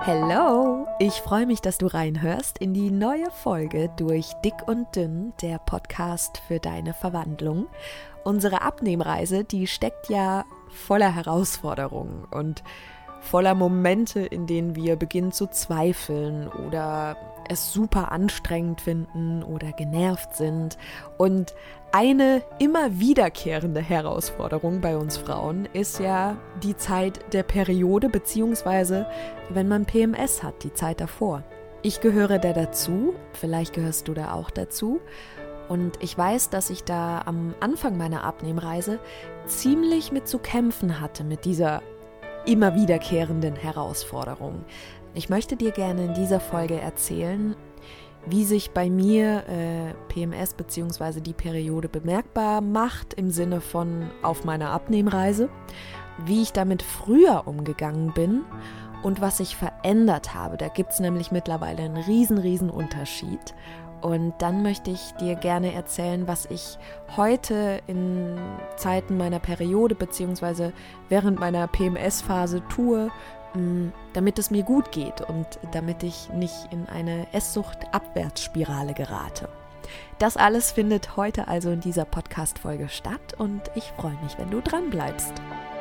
Hello! Ich freue mich, dass du reinhörst in die neue Folge durch Dick und Dünn, der Podcast für deine Verwandlung. Unsere Abnehmreise, die steckt ja voller Herausforderungen und voller Momente, in denen wir beginnen zu zweifeln oder es super anstrengend finden oder genervt sind. Und eine immer wiederkehrende Herausforderung bei uns Frauen ist ja die Zeit der Periode, beziehungsweise wenn man PMS hat, die Zeit davor. Ich gehöre da dazu, vielleicht gehörst du da auch dazu. Und ich weiß, dass ich da am Anfang meiner Abnehmreise ziemlich mit zu kämpfen hatte, mit dieser immer wiederkehrenden Herausforderung. Ich möchte dir gerne in dieser Folge erzählen, wie sich bei mir PMS bzw. die Periode bemerkbar macht im Sinne von auf meiner Abnehmreise, wie ich damit früher umgegangen bin und was ich verändert habe. Da gibt es nämlich mittlerweile einen riesen Unterschied. Und dann möchte ich dir gerne erzählen, was ich heute in Zeiten meiner Periode bzw. während meiner PMS-Phase tue, damit es mir gut geht und damit ich nicht in eine Esssucht-Abwärtsspirale gerate. Das alles findet heute also in dieser Podcast-Folge statt und ich freue mich, wenn du dran bleibst.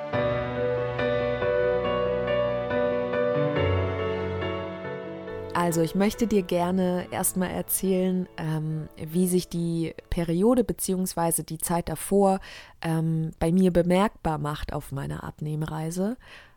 Also ich möchte dir gerne erstmal erzählen, wie sich die Periode bzw. die Zeit davor bei mir bemerkbar macht auf meiner Abnehmreise.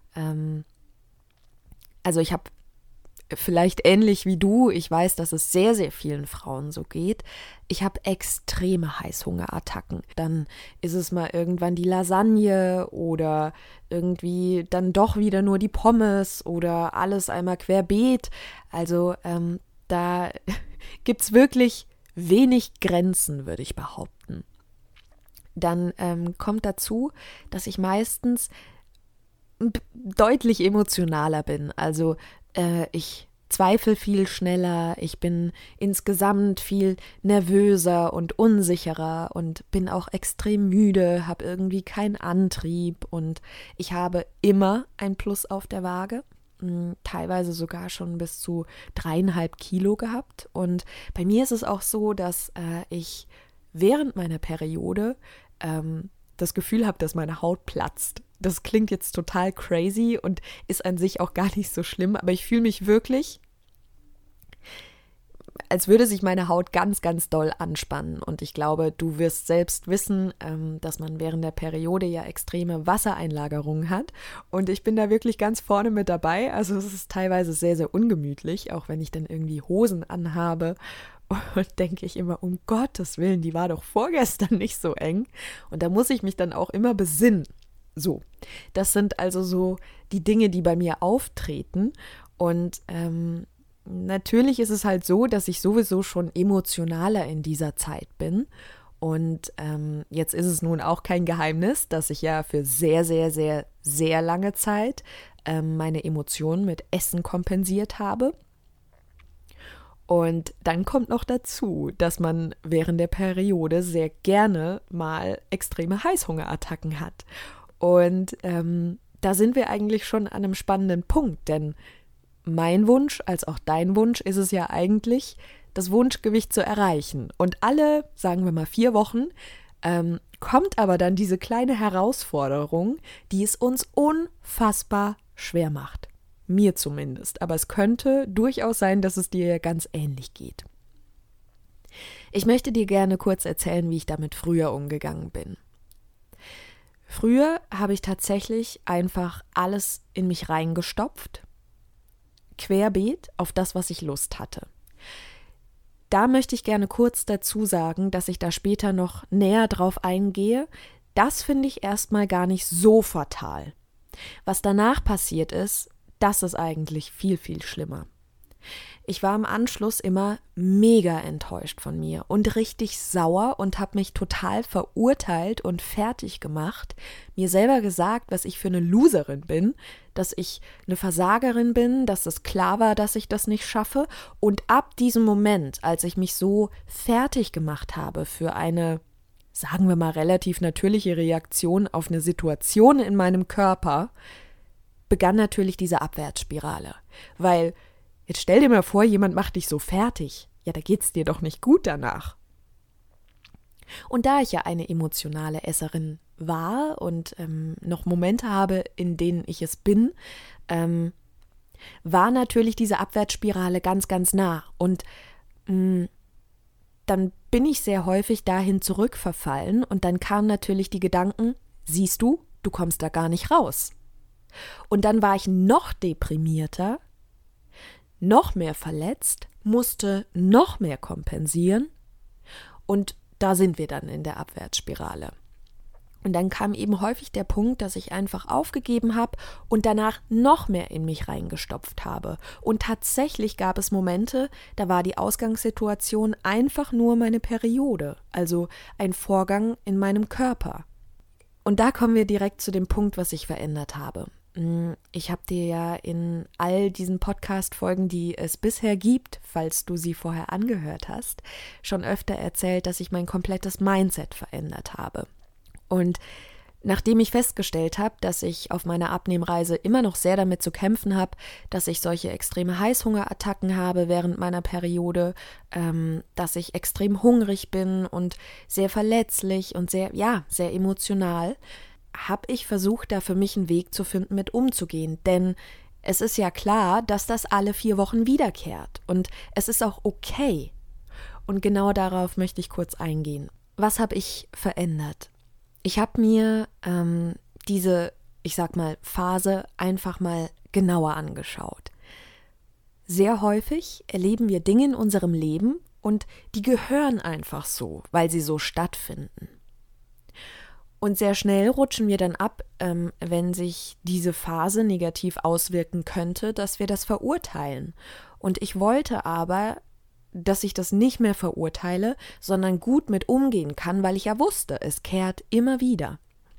Also ich habe vielleicht ähnlich wie du, ich weiß, dass es sehr vielen Frauen so geht. Ich habe extreme Heißhungerattacken. Dann ist es mal irgendwann die Lasagne oder irgendwie dann doch wieder nur die Pommes oder alles einmal querbeet. Also da gibt es wirklich wenig Grenzen, würde ich behaupten. Dann kommt dazu, dass ich meistens deutlich emotionaler bin. Also ich zweifle viel schneller, ich bin insgesamt viel nervöser und unsicherer und bin auch extrem müde, habe irgendwie keinen Antrieb und ich habe immer ein Plus auf der Waage, teilweise sogar schon bis zu 3,5 Kilo gehabt. Und bei mir ist es auch so, dass ich während meiner Periode das Gefühl habe, dass meine Haut platzt. Das klingt jetzt total crazy und ist an sich auch gar nicht so schlimm, aber ich fühle mich wirklich, als würde sich meine Haut ganz doll anspannen. Und ich glaube, du wirst selbst wissen, dass man während der Periode ja extreme Wassereinlagerungen hat. Und ich bin da wirklich ganz vorne mit dabei. Also es ist teilweise sehr ungemütlich, auch wenn ich dann irgendwie Hosen anhabe. Und denke ich immer, um Gottes Willen, die war doch vorgestern nicht so eng. Und da muss ich mich dann auch immer besinnen. So, das sind also so die Dinge, die bei mir auftreten. Und natürlich ist es halt so, dass ich sowieso schon emotionaler in dieser Zeit bin. Und jetzt ist es nun auch kein Geheimnis, dass ich ja für sehr lange Zeit meine Emotionen mit Essen kompensiert habe. Und dann kommt noch dazu, dass man während der Periode sehr gerne mal extreme Heißhungerattacken hat. Und da sind wir eigentlich schon an einem spannenden Punkt, denn mein Wunsch als auch dein Wunsch ist es ja eigentlich, das Wunschgewicht zu erreichen. Und alle, sagen wir mal 4 Wochen, kommt aber dann diese kleine Herausforderung, die es uns unfassbar schwer macht. Mir zumindest, aber es könnte durchaus sein, dass es dir ganz ähnlich geht. Ich möchte dir gerne kurz erzählen, wie ich damit früher umgegangen bin. Früher habe ich tatsächlich einfach alles in mich reingestopft, querbeet auf das, was ich Lust hatte. Da möchte ich gerne kurz dazu sagen, dass ich da später noch näher drauf eingehe. Das finde ich erstmal gar nicht so fatal. Was danach passiert ist, das ist eigentlich viel schlimmer. Ich war im Anschluss immer mega enttäuscht von mir und richtig sauer und habe mich total verurteilt und fertig gemacht, mir selber gesagt, was ich für eine Loserin bin, dass ich eine Versagerin bin, dass es klar war, dass ich das nicht schaffe. Und ab diesem Moment, als ich mich so fertig gemacht habe für eine, sagen wir mal, relativ natürliche Reaktion auf eine Situation in meinem Körper, begann natürlich diese Abwärtsspirale. Weil, jetzt stell dir mal vor, jemand macht dich so fertig. Ja, da geht's dir doch nicht gut danach. Und da ich ja eine emotionale Esserin war und noch Momente habe, in denen ich es bin, war natürlich diese Abwärtsspirale ganz, ganz nah. Und dann bin ich sehr häufig dahin zurückverfallen und dann kamen natürlich die Gedanken, siehst du, du kommst da gar nicht raus. Und dann war ich noch deprimierter, noch mehr verletzt, musste noch mehr kompensieren und da sind wir dann in der Abwärtsspirale. Und dann kam eben häufig der Punkt, dass ich einfach aufgegeben habe und danach noch mehr in mich reingestopft habe. Und tatsächlich gab es Momente, da war die Ausgangssituation einfach nur meine Periode, also ein Vorgang in meinem Körper. Und da kommen wir direkt zu dem Punkt, was ich verändert habe. Ich habe dir ja in all diesen Podcast-Folgen, die es bisher gibt, falls du sie vorher angehört hast, schon öfter erzählt, dass ich mein komplettes Mindset verändert habe. Und nachdem ich festgestellt habe, dass ich auf meiner Abnehmreise immer noch sehr damit zu kämpfen habe, dass ich solche extreme Heißhungerattacken habe während meiner Periode, dass ich extrem hungrig bin und sehr verletzlich und sehr emotional, habe ich versucht, da für mich einen Weg zu finden, mit umzugehen. Denn es ist ja klar, dass das alle 4 Wochen wiederkehrt. Und es ist auch okay. Und genau darauf möchte ich kurz eingehen. Was habe ich verändert? Ich habe mir diese, ich sag mal, Phase einfach mal genauer angeschaut. Sehr häufig erleben wir Dinge in unserem Leben und die gehören einfach so, weil sie so stattfinden. Und sehr schnell rutschen wir dann ab, wenn sich diese Phase negativ auswirken könnte, dass wir das verurteilen. Und ich wollte aber, dass ich das nicht mehr verurteile, sondern gut mit umgehen kann, weil ich ja wusste, es kehrt immer wieder.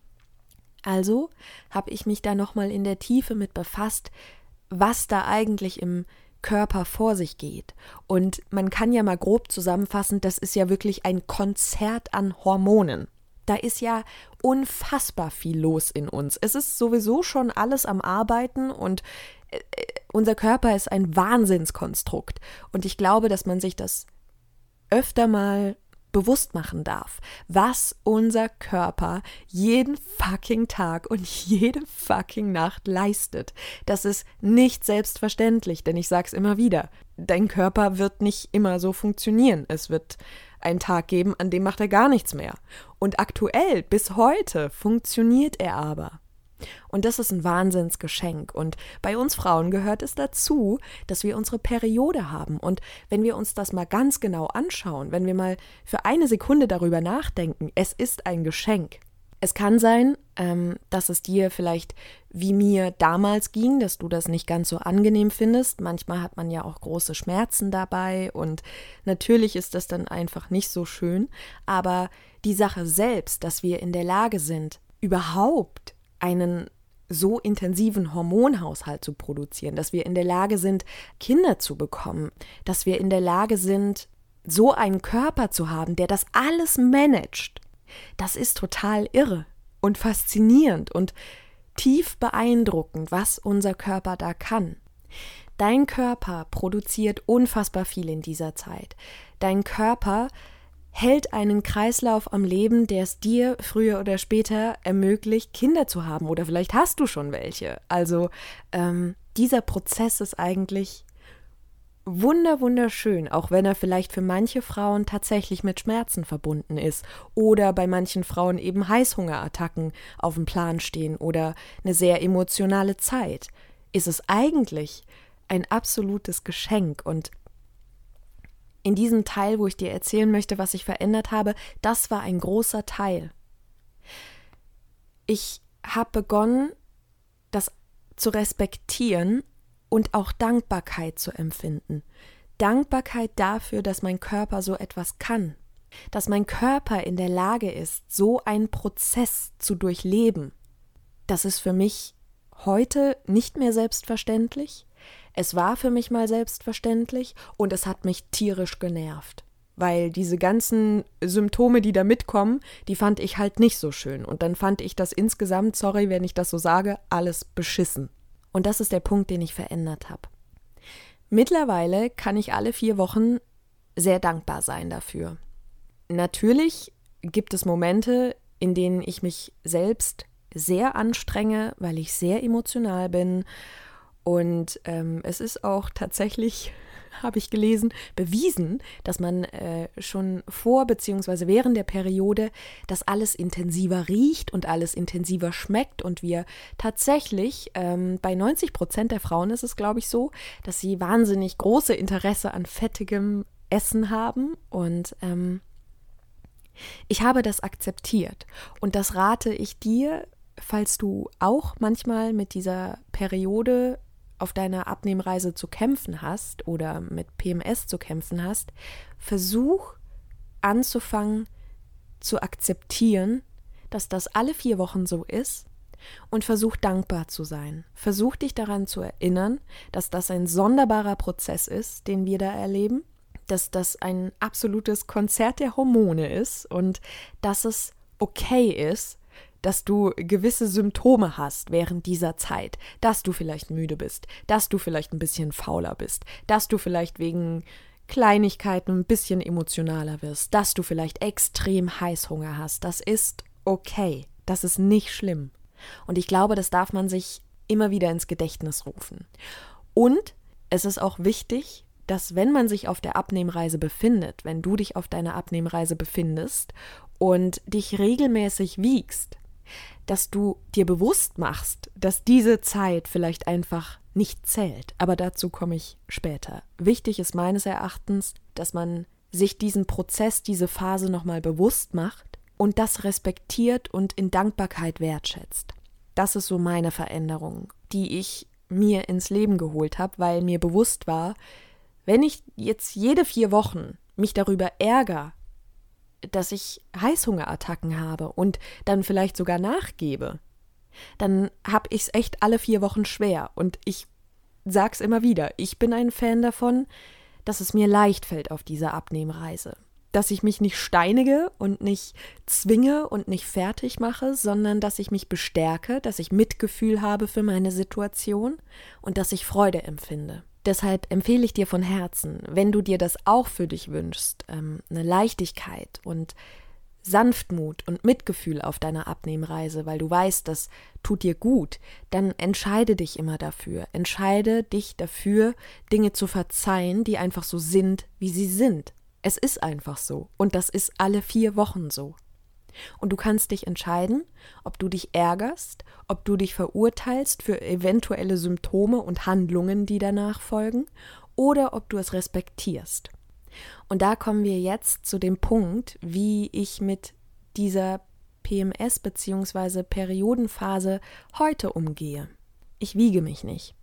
Also habe ich mich da nochmal in der Tiefe mit befasst, was da eigentlich im Körper vor sich geht. Und man kann ja mal grob zusammenfassen, das ist ja wirklich ein Konzert an Hormonen. Da ist ja unfassbar viel los in uns. Es ist sowieso schon alles am Arbeiten und unser Körper ist ein Wahnsinnskonstrukt. Und ich glaube, dass man sich das öfter mal bewusst machen darf, was unser Körper jeden fucking Tag und jede fucking Nacht leistet. Das ist nicht selbstverständlich, denn ich sag's immer wieder, dein Körper wird nicht immer so funktionieren. Es wird einen Tag geben, an dem macht er gar nichts mehr. Und aktuell, bis heute, funktioniert er aber. Und das ist ein Wahnsinnsgeschenk. Und bei uns Frauen gehört es dazu, dass wir unsere Periode haben. Und wenn wir uns das mal ganz genau anschauen, wenn wir mal für eine Sekunde darüber nachdenken, es ist ein Geschenk. Es kann sein, dass es dir vielleicht wie mir damals ging, dass du das nicht ganz so angenehm findest. Manchmal hat man ja auch große Schmerzen dabei und natürlich ist das dann einfach nicht so schön. Aber die Sache selbst, dass wir in der Lage sind, überhaupt einen so intensiven Hormonhaushalt zu produzieren, dass wir in der Lage sind, Kinder zu bekommen, dass wir in der Lage sind, so einen Körper zu haben, der das alles managt, das ist total irre und faszinierend und tief beeindruckend, was unser Körper da kann. Dein Körper produziert unfassbar viel in dieser Zeit. Dein Körper hält einen Kreislauf am Leben, der es dir früher oder später ermöglicht, Kinder zu haben. Oder vielleicht hast du schon welche. Also dieser Prozess ist eigentlich wunderschön, auch wenn er vielleicht für manche Frauen tatsächlich mit Schmerzen verbunden ist oder bei manchen Frauen eben Heißhungerattacken auf dem Plan stehen oder eine sehr emotionale Zeit, ist es eigentlich ein absolutes Geschenk. Und in diesem Teil, wo ich dir erzählen möchte, was ich verändert habe, das war ein großer Teil. Ich habe begonnen, das zu respektieren und auch Dankbarkeit zu empfinden. Dankbarkeit dafür, dass mein Körper so etwas kann. Dass mein Körper in der Lage ist, so einen Prozess zu durchleben. Das ist für mich heute nicht mehr selbstverständlich. Es war für mich mal selbstverständlich und es hat mich tierisch genervt. Weil diese ganzen Symptome, die da mitkommen, die fand ich halt nicht so schön. Und dann fand ich das insgesamt, sorry, wenn ich das so sage, alles beschissen. Und das ist der Punkt, den ich verändert habe. Mittlerweile kann ich alle 4 Wochen sehr dankbar sein dafür. Natürlich gibt es Momente, in denen ich mich selbst sehr anstrenge, weil ich sehr emotional bin. Und es ist auch tatsächlich, habe ich gelesen, bewiesen, dass man schon vor bzw. während der Periode das alles intensiver riecht und alles intensiver schmeckt und wir tatsächlich, bei 90% der Frauen ist es, glaube ich, so, dass sie wahnsinnig große Interesse an fettigem Essen haben und ich habe das akzeptiert und das rate ich dir, falls du auch manchmal mit dieser Periode auf deiner Abnehmreise zu kämpfen hast oder mit PMS zu kämpfen hast, versuch anzufangen zu akzeptieren, dass das alle 4 Wochen so ist und versuch dankbar zu sein. Versuch dich daran zu erinnern, dass das ein sonderbarer Prozess ist, den wir da erleben, dass das ein absolutes Konzert der Hormone ist und dass es okay ist, dass du gewisse Symptome hast während dieser Zeit, dass du vielleicht müde bist, dass du vielleicht ein bisschen fauler bist, dass du vielleicht wegen Kleinigkeiten ein bisschen emotionaler wirst, dass du vielleicht extrem Heißhunger hast. Das ist okay, das ist nicht schlimm. Und ich glaube, das darf man sich immer wieder ins Gedächtnis rufen. Und es ist auch wichtig, dass wenn man sich auf der Abnehmreise befindet, wenn du dich auf deiner Abnehmreise befindest und dich regelmäßig wiegst, dass du dir bewusst machst, dass diese Zeit vielleicht einfach nicht zählt. Aber dazu komme ich später. Wichtig ist meines Erachtens, dass man sich diesen Prozess, diese Phase nochmal bewusst macht und das respektiert und in Dankbarkeit wertschätzt. Das ist so meine Veränderung, die ich mir ins Leben geholt habe, weil mir bewusst war, wenn ich jetzt jede 4 Wochen mich darüber ärgere, dass ich Heißhungerattacken habe und dann vielleicht sogar nachgebe, dann habe ich es echt alle 4 Wochen schwer. Und ich sag's immer wieder, ich bin ein Fan davon, dass es mir leicht fällt auf dieser Abnehmreise. Dass ich mich nicht steinige und nicht zwinge und nicht fertig mache, sondern dass ich mich bestärke, dass ich Mitgefühl habe für meine Situation und dass ich Freude empfinde. Deshalb empfehle ich dir von Herzen, wenn du dir das auch für dich wünschst, eine Leichtigkeit und Sanftmut und Mitgefühl auf deiner Abnehmreise, weil du weißt, das tut dir gut, dann entscheide dich immer dafür. Entscheide dich dafür, Dinge zu verzeihen, die einfach so sind, wie sie sind. Es ist einfach so und das ist alle 4 Wochen so. Und du kannst dich entscheiden, ob du dich ärgerst, ob du dich verurteilst für eventuelle Symptome und Handlungen, die danach folgen, oder ob du es respektierst. Und da kommen wir jetzt zu dem Punkt, wie ich mit dieser PMS bzw. Periodenphase heute umgehe. Ich wiege mich nicht.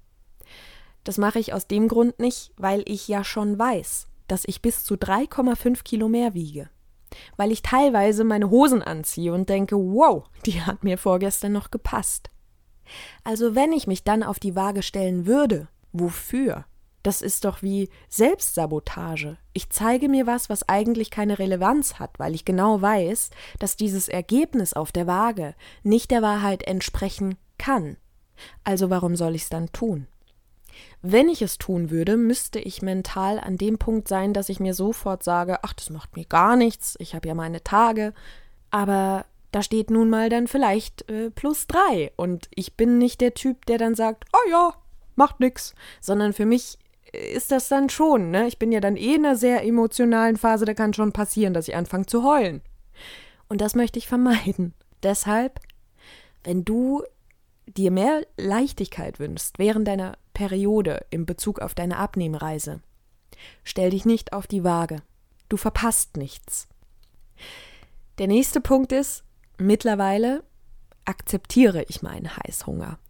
Das mache ich aus dem Grund nicht, weil ich ja schon weiß, dass ich bis zu 3,5 Kilo mehr wiege. Weil ich teilweise meine Hosen anziehe und denke, wow, die hat mir vorgestern noch gepasst. Also wenn ich mich dann auf die Waage stellen würde, wofür? Das ist doch wie Selbstsabotage. Ich zeige mir was eigentlich keine Relevanz hat, weil ich genau weiß, dass dieses Ergebnis auf der Waage nicht der Wahrheit entsprechen kann. Also warum soll ich es dann tun? Wenn ich es tun würde, müsste ich mental an dem Punkt sein, dass ich mir sofort sage, ach, das macht mir gar nichts, ich habe ja meine Tage, aber da steht nun mal dann vielleicht +3 und ich bin nicht der Typ, der dann sagt, oh ja, macht nix, sondern für mich ist das dann schon, ne? Ich bin ja dann in einer sehr emotionalen Phase, da kann schon passieren, dass ich anfange zu heulen. Und das möchte ich vermeiden. Deshalb, wenn du dir mehr Leichtigkeit wünschst während deiner Periode in Bezug auf deine Abnehmreise, stell dich nicht auf die Waage. Du verpasst nichts. Der nächste Punkt ist, mittlerweile akzeptiere ich meinen Heißhunger.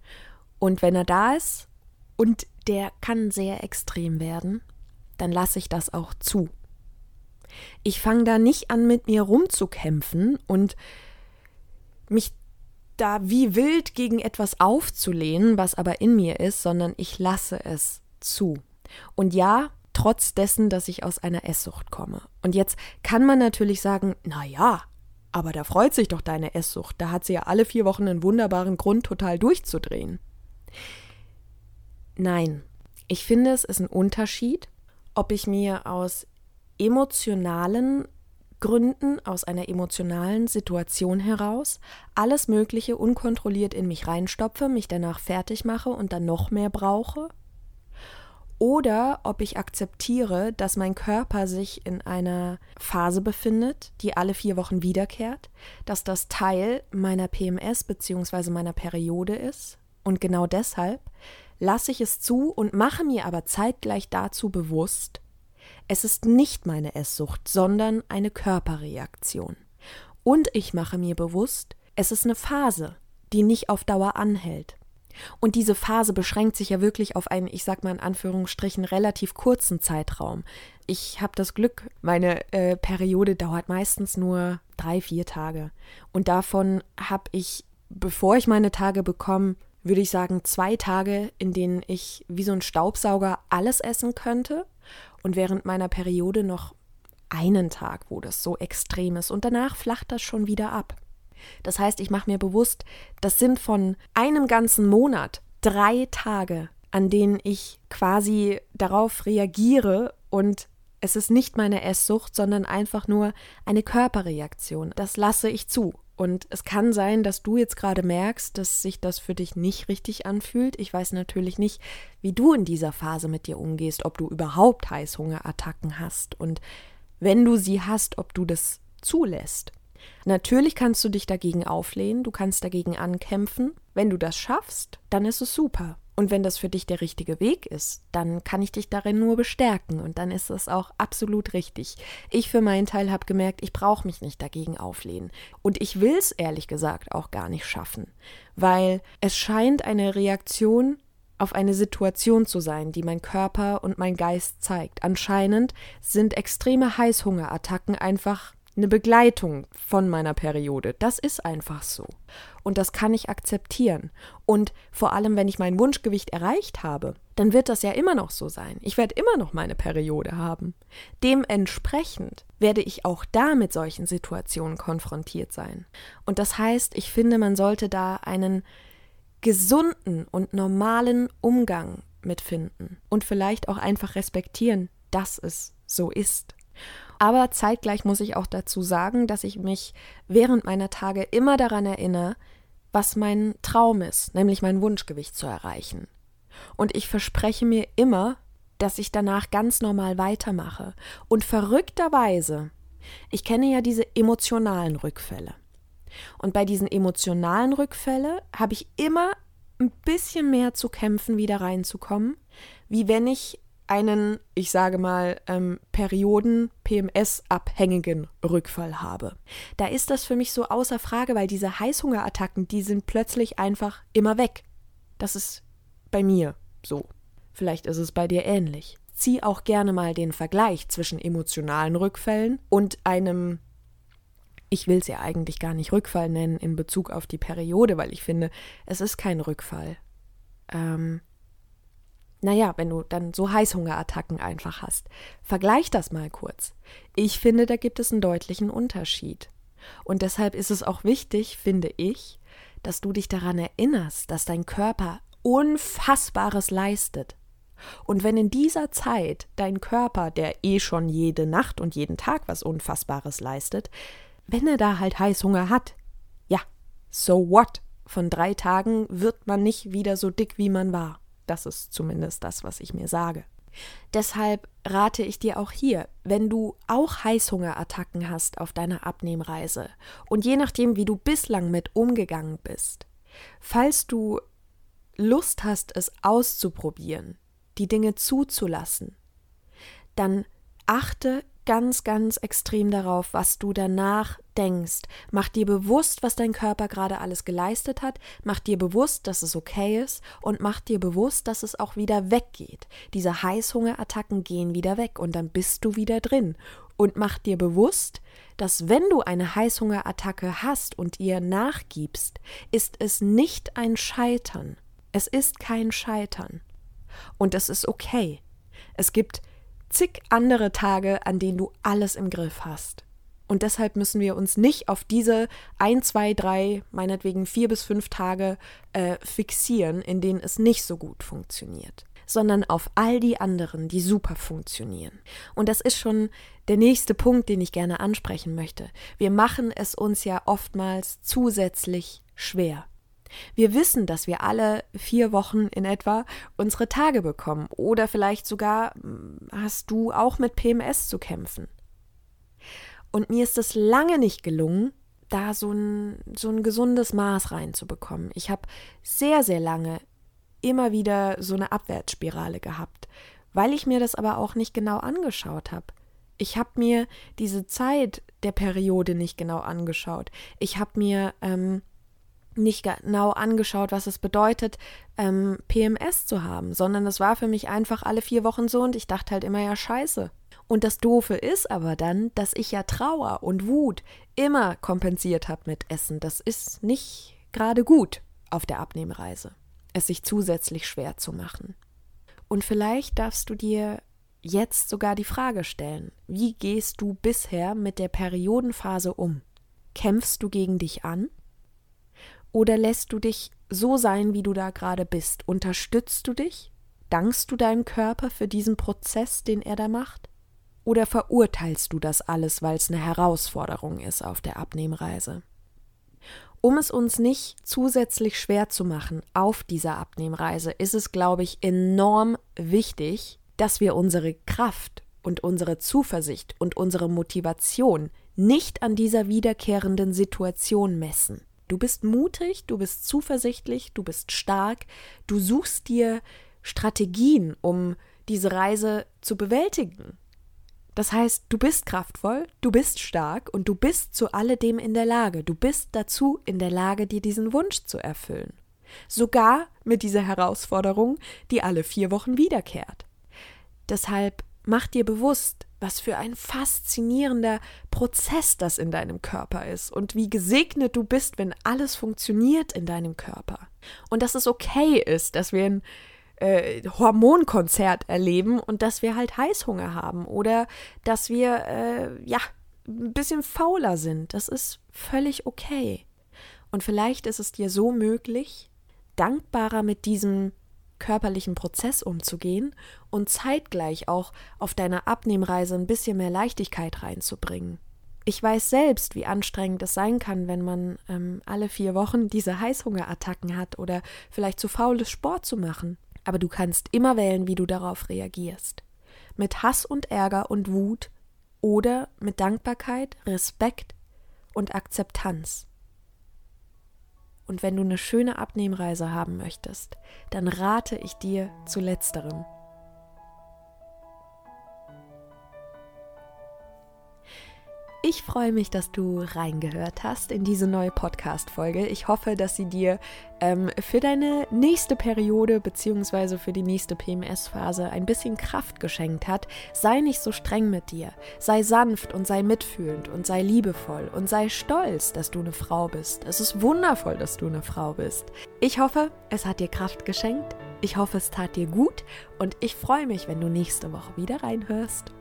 Und wenn er da ist, und der kann sehr extrem werden, dann lasse ich das auch zu. Ich fange da nicht an, mit mir rumzukämpfen und mich da wie wild gegen etwas aufzulehnen, was aber in mir ist, sondern ich lasse es zu. Und ja, trotz dessen, dass ich aus einer Esssucht komme. Und jetzt kann man natürlich sagen, na ja, aber da freut sich doch deine Esssucht. Da hat sie ja alle 4 Wochen einen wunderbaren Grund, total durchzudrehen. Nein, ich finde, es ist ein Unterschied, ob ich mir aus emotionalen Gründen, aus einer emotionalen Situation heraus alles Mögliche unkontrolliert in mich reinstopfe, mich danach fertig mache und dann noch mehr brauche. Oder ob ich akzeptiere, dass mein Körper sich in einer Phase befindet, die alle 4 Wochen wiederkehrt, dass das Teil meiner PMS bzw. meiner Periode ist. Und genau deshalb lasse ich es zu und mache mir aber zeitgleich dazu bewusst, es ist nicht meine Esssucht, sondern eine Körperreaktion. Und ich mache mir bewusst, es ist eine Phase, die nicht auf Dauer anhält. Und diese Phase beschränkt sich ja wirklich auf einen, ich sag mal in Anführungsstrichen, relativ kurzen Zeitraum. Ich habe das Glück, meine Periode dauert meistens nur 3-4 Tage. Und davon habe ich, bevor ich meine Tage bekomme, würde ich sagen 2 Tage, in denen ich wie so ein Staubsauger alles essen könnte. Und während meiner Periode noch einen Tag, wo das so extrem ist. Und danach flacht das schon wieder ab. Das heißt, ich mache mir bewusst, das sind von einem ganzen Monat 3 Tage, an denen ich quasi darauf reagiere und es ist nicht meine Esssucht, sondern einfach nur eine Körperreaktion. Das lasse ich zu. Und es kann sein, dass du jetzt gerade merkst, dass sich das für dich nicht richtig anfühlt. Ich weiß natürlich nicht, wie du in dieser Phase mit dir umgehst, ob du überhaupt Heißhungerattacken hast und wenn du sie hast, ob du das zulässt. Natürlich kannst du dich dagegen auflehnen, du kannst dagegen ankämpfen. Wenn du das schaffst, dann ist es super. Und wenn das für dich der richtige Weg ist, dann kann ich dich darin nur bestärken und dann ist es auch absolut richtig. Ich für meinen Teil habe gemerkt, ich brauche mich nicht dagegen auflehnen. Und ich will es ehrlich gesagt auch gar nicht schaffen, weil es scheint eine Reaktion auf eine Situation zu sein, die mein Körper und mein Geist zeigt. Anscheinend sind extreme Heißhungerattacken einfach eine Begleitung von meiner Periode. Das ist einfach so. Und das kann ich akzeptieren. Und vor allem, wenn ich mein Wunschgewicht erreicht habe, dann wird das ja immer noch so sein. Ich werde immer noch meine Periode haben. Dementsprechend werde ich auch da mit solchen Situationen konfrontiert sein. Und das heißt, ich finde, man sollte da einen gesunden und normalen Umgang mitfinden. Und vielleicht auch einfach respektieren, dass es so ist. Aber zeitgleich muss ich auch dazu sagen, dass ich mich während meiner Tage immer daran erinnere, was mein Traum ist, nämlich mein Wunschgewicht zu erreichen. Und ich verspreche mir immer, dass ich danach ganz normal weitermache. Und verrückterweise, ich kenne ja diese emotionalen Rückfälle. Und bei diesen emotionalen Rückfällen habe ich immer ein bisschen mehr zu kämpfen, wieder reinzukommen, wie wenn ich einen, ich sage mal, Perioden-PMS-abhängigen Rückfall habe. Da ist das für mich so außer Frage, weil diese Heißhungerattacken, die sind plötzlich einfach immer weg. Das ist bei mir so. Vielleicht ist es bei dir ähnlich. Zieh auch gerne mal den Vergleich zwischen emotionalen Rückfällen und einem, ich will es ja eigentlich gar nicht Rückfall nennen in Bezug auf die Periode, weil ich finde, es ist kein Rückfall. Wenn du dann so Heißhungerattacken einfach hast. Vergleich das mal kurz. Ich finde, da gibt es einen deutlichen Unterschied. Und deshalb ist es auch wichtig, finde ich, dass du dich daran erinnerst, dass dein Körper Unfassbares leistet. Und wenn in dieser Zeit dein Körper, der schon jede Nacht und jeden Tag was Unfassbares leistet, wenn er da halt Heißhunger hat, ja, so what? Von 3 Tagen wird man nicht wieder so dick, wie man war. Das ist zumindest das, was ich mir sage. Deshalb rate ich dir auch hier, wenn du auch Heißhungerattacken hast auf deiner Abnehmreise und je nachdem, wie du bislang mit umgegangen bist, falls du Lust hast, es auszuprobieren, die Dinge zuzulassen, dann achte ganz, ganz extrem darauf, was du danach denkst. Mach dir bewusst, was dein Körper gerade alles geleistet hat. Mach dir bewusst, dass es okay ist und mach dir bewusst, dass es auch wieder weggeht. Diese Heißhungerattacken gehen wieder weg und dann bist du wieder drin. Und mach dir bewusst, dass wenn du eine Heißhungerattacke hast und ihr nachgibst, ist es nicht ein Scheitern. Es ist kein Scheitern. Und es ist okay. Es gibt zig andere Tage, an denen du alles im Griff hast. Und deshalb müssen wir uns nicht auf diese 1, 2, 3, meinetwegen 4 bis 5 Tage fixieren, in denen es nicht so gut funktioniert, sondern auf all die anderen, die super funktionieren. Und das ist schon der nächste Punkt, den ich gerne ansprechen möchte. Wir machen es uns ja oftmals zusätzlich schwer. Wir wissen, dass wir alle 4 Wochen in etwa unsere Tage bekommen oder vielleicht sogar hast du auch mit PMS zu kämpfen. Und mir ist es lange nicht gelungen, da so ein gesundes Maß reinzubekommen. Ich habe sehr, sehr lange immer wieder so eine Abwärtsspirale gehabt, weil ich mir das aber auch nicht genau angeschaut habe. Ich habe mir diese Zeit der Periode nicht genau angeschaut. Ich habe mir nicht genau angeschaut, was es bedeutet, PMS zu haben, sondern es war für mich einfach alle 4 Wochen so und ich dachte halt immer, ja scheiße. Und das Doofe ist aber dann, dass ich ja Trauer und Wut immer kompensiert habe mit Essen. Das ist nicht gerade gut auf der Abnehmreise, es sich zusätzlich schwer zu machen. Und vielleicht darfst du dir jetzt sogar die Frage stellen, wie gehst du bisher mit der Periodenphase um? Kämpfst du gegen dich an? Oder lässt du dich so sein, wie du da gerade bist? Unterstützt du dich? Dankst du deinem Körper für diesen Prozess, den er da macht? Oder verurteilst du das alles, weil es eine Herausforderung ist auf der Abnehmreise? Um es uns nicht zusätzlich schwer zu machen auf dieser Abnehmreise, ist es, glaube ich, enorm wichtig, dass wir unsere Kraft und unsere Zuversicht und unsere Motivation nicht an dieser wiederkehrenden Situation messen. Du bist mutig, du bist zuversichtlich, du bist stark, du suchst dir Strategien, um diese Reise zu bewältigen. Das heißt, du bist kraftvoll, du bist stark und du bist zu alledem in der Lage. Du bist dazu in der Lage, dir diesen Wunsch zu erfüllen. Sogar mit dieser Herausforderung, die alle 4 Wochen wiederkehrt. Deshalb mach dir bewusst, was für ein faszinierender Prozess das in deinem Körper ist und wie gesegnet du bist, wenn alles funktioniert in deinem Körper. Und dass es okay ist, dass wir ein Hormonkonzert erleben und dass wir halt Heißhunger haben oder dass wir ein bisschen fauler sind. Das ist völlig okay. Und vielleicht ist es dir so möglich, dankbarer mit diesem körperlichen Prozess umzugehen und zeitgleich auch auf deiner Abnehmreise ein bisschen mehr Leichtigkeit reinzubringen. Ich weiß selbst, wie anstrengend es sein kann, wenn man alle 4 Wochen diese Heißhungerattacken hat oder vielleicht zu faul ist, Sport zu machen. Aber du kannst immer wählen, wie du darauf reagierst. Mit Hass und Ärger und Wut oder mit Dankbarkeit, Respekt und Akzeptanz. Und wenn du eine schöne Abnehmreise haben möchtest, dann rate ich dir zu letzterem. Ich freue mich, dass du reingehört hast in diese neue Podcast-Folge. Ich hoffe, dass sie dir für deine nächste Periode bzw. für die nächste PMS-Phase ein bisschen Kraft geschenkt hat. Sei nicht so streng mit dir. Sei sanft und sei mitfühlend und sei liebevoll und sei stolz, dass du eine Frau bist. Es ist wundervoll, dass du eine Frau bist. Ich hoffe, es hat dir Kraft geschenkt. Ich hoffe, es tat dir gut und ich freue mich, wenn du nächste Woche wieder reinhörst.